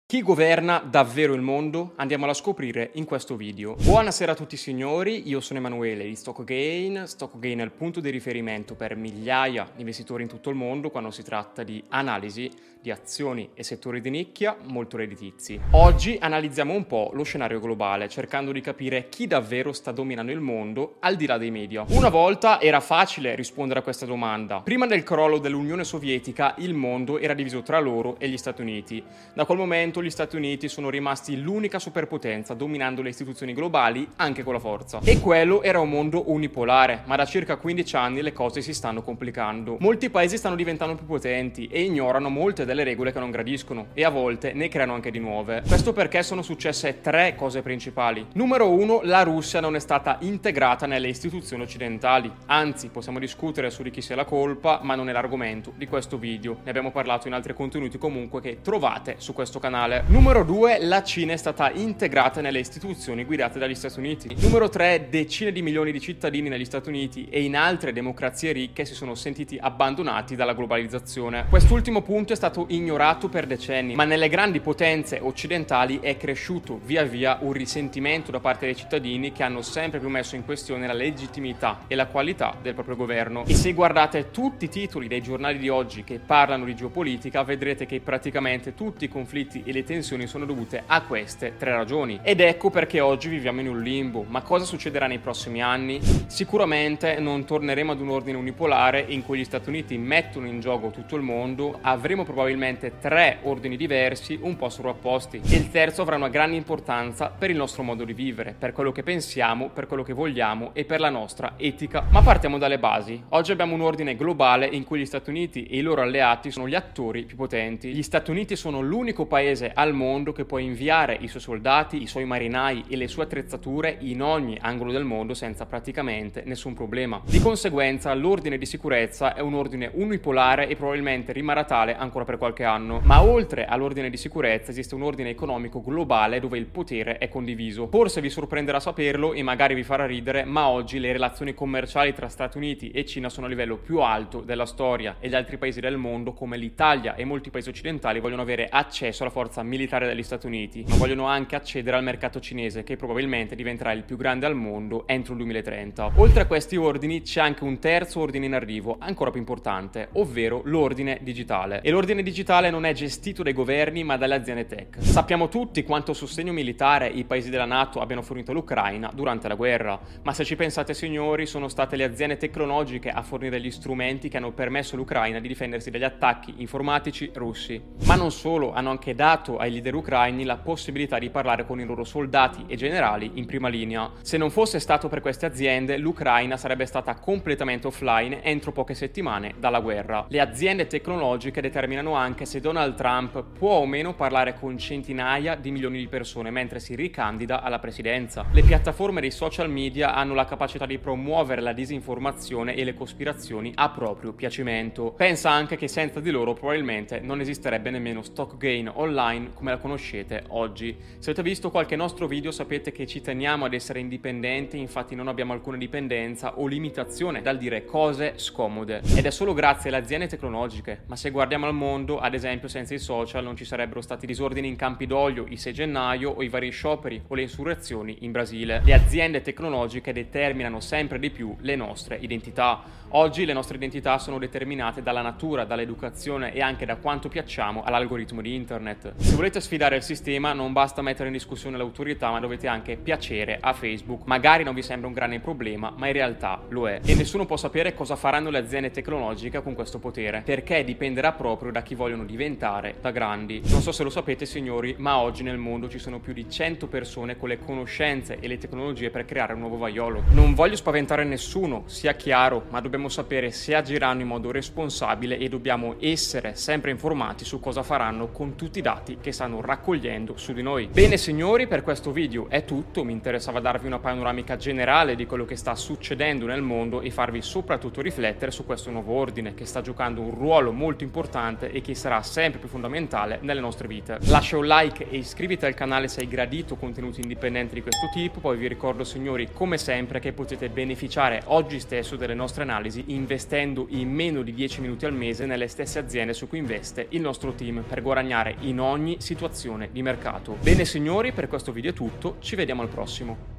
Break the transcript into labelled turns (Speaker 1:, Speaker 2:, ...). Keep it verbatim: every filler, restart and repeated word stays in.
Speaker 1: Chi governa davvero il mondo? Andiamolo a scoprire in questo video. Buonasera a tutti signori, io sono Emanuele di StockGain. StockGain è il punto di riferimento per migliaia di investitori in tutto il mondo quando si tratta di analisi di azioni e settori di nicchia molto redditizi. Oggi analizziamo un po' lo scenario globale, cercando di capire chi davvero sta dominando il mondo al di là dei media. Una volta era facile rispondere a questa domanda. Prima del crollo dell'Unione Sovietica il mondo era diviso tra loro e gli Stati Uniti. Da quel momento gli Stati Uniti sono rimasti l'unica superpotenza dominando le istituzioni globali anche con la forza. E quello era un mondo unipolare, ma da circa quindici anni le cose si stanno complicando. Molti paesi stanno diventando più potenti e ignorano molte delle regole che non gradiscono e a volte ne creano anche di nuove. Questo perché sono successe tre cose principali. Numero uno, la Russia non è stata integrata nelle istituzioni occidentali. Anzi, possiamo discutere su di chi sia la colpa, ma non è l'argomento di questo video. Ne abbiamo parlato in altri contenuti comunque che trovate su questo canale. Numero due, la Cina è stata integrata nelle istituzioni guidate dagli Stati Uniti. Numero tre, decine di milioni di cittadini negli Stati Uniti e in altre democrazie ricche si sono sentiti abbandonati dalla globalizzazione. Quest'ultimo punto è stato ignorato per decenni, ma nelle grandi potenze occidentali è cresciuto via via un risentimento da parte dei cittadini che hanno sempre più messo in questione la legittimità e la qualità del proprio governo. E se guardate tutti i titoli dei giornali di oggi che parlano di geopolitica, vedrete che praticamente tutti i conflitti e le tensioni sono dovute a queste tre ragioni. Ed ecco perché oggi viviamo in un limbo. Ma cosa succederà nei prossimi anni? Sicuramente non torneremo ad un ordine unipolare in cui gli Stati Uniti mettono in gioco tutto il mondo. Avremo probabilmente tre ordini diversi un po' sovrapposti e il terzo avrà una grande importanza per il nostro modo di vivere, per quello che pensiamo, per quello che vogliamo e per la nostra etica. Ma partiamo dalle basi. Oggi abbiamo un ordine globale in cui gli Stati Uniti e i loro alleati sono gli attori più potenti. Gli Stati Uniti sono l'unico paese al mondo che può inviare i suoi soldati, i suoi marinai e le sue attrezzature in ogni angolo del mondo senza praticamente nessun problema. Di conseguenza l'ordine di sicurezza è un ordine unipolare e probabilmente rimarrà tale ancora per qualche anno. Ma oltre all'ordine di sicurezza esiste un ordine economico globale dove il potere è condiviso. Forse vi sorprenderà saperlo e magari vi farà ridere, ma oggi le relazioni commerciali tra Stati Uniti e Cina sono a livello più alto della storia e gli altri paesi del mondo come l'Italia e molti paesi occidentali vogliono avere accesso alla forza militare degli Stati Uniti, ma vogliono anche accedere al mercato cinese che probabilmente diventerà il più grande al mondo entro il duemilatrenta. Oltre a questi ordini c'è anche un terzo ordine in arrivo, ancora più importante, ovvero l'ordine digitale. E l'ordine digitale non è gestito dai governi ma dalle aziende tech. Sappiamo tutti quanto sostegno militare i paesi della NATO abbiano fornito all'Ucraina durante la guerra, ma se ci pensate signori sono state le aziende tecnologiche a fornire gli strumenti che hanno permesso all'Ucraina di difendersi dagli attacchi informatici russi. Ma non solo, hanno anche dato ai leader ucraini la possibilità di parlare con i loro soldati e generali in prima linea. Se non fosse stato per queste aziende, l'Ucraina sarebbe stata completamente offline entro poche settimane dalla guerra. Le aziende tecnologiche determinano anche se Donald Trump può o meno parlare con centinaia di milioni di persone mentre si ricandida alla presidenza. Le piattaforme dei social media hanno la capacità di promuovere la disinformazione e le cospirazioni a proprio piacimento. Pensa anche che senza di loro probabilmente non esisterebbe nemmeno StockGain online come la conoscete oggi. Se avete visto qualche nostro video sapete che ci teniamo ad essere indipendenti, infatti non abbiamo alcuna dipendenza o limitazione dal dire cose scomode. Ed è solo grazie alle aziende tecnologiche, ma se guardiamo al mondo, ad esempio senza i social non ci sarebbero stati disordini in Campidoglio il sei gennaio o i vari scioperi o le insurrezioni in Brasile. Le aziende tecnologiche determinano sempre di più le nostre identità. Oggi le nostre identità sono determinate dalla natura, dall'educazione e anche da quanto piacciamo all'algoritmo di internet. Se volete sfidare il sistema non basta mettere in discussione l'autorità, ma dovete anche piacere a Facebook. Magari non vi sembra un grande problema, ma in realtà lo è. E nessuno può sapere cosa faranno le aziende tecnologiche con questo potere, perché dipenderà proprio da chi vogliono diventare da grandi. Non so se lo sapete signori, ma oggi nel mondo ci sono più di cento persone con le conoscenze e le tecnologie per creare un nuovo vaiolo. Non voglio spaventare nessuno, sia chiaro, ma dobbiamo sapere se agiranno in modo responsabile e dobbiamo essere sempre informati su cosa faranno con tutti i dati che stanno raccogliendo su di noi. Bene signori, per questo video è tutto. Mi interessava darvi una panoramica generale di quello che sta succedendo nel mondo e farvi soprattutto riflettere su questo nuovo ordine che sta giocando un ruolo molto importante e che sarà sempre più fondamentale nelle nostre vite. Lascia un like e iscriviti al canale se hai gradito contenuti indipendenti di questo tipo. Poi vi ricordo signori come sempre che potete beneficiare oggi stesso delle nostre analisi analisi investendo in meno di dieci minuti al mese nelle stesse aziende su cui investe il nostro team per guadagnare in ogni situazione di mercato. Bene signori, per questo video è tutto, ci vediamo al prossimo.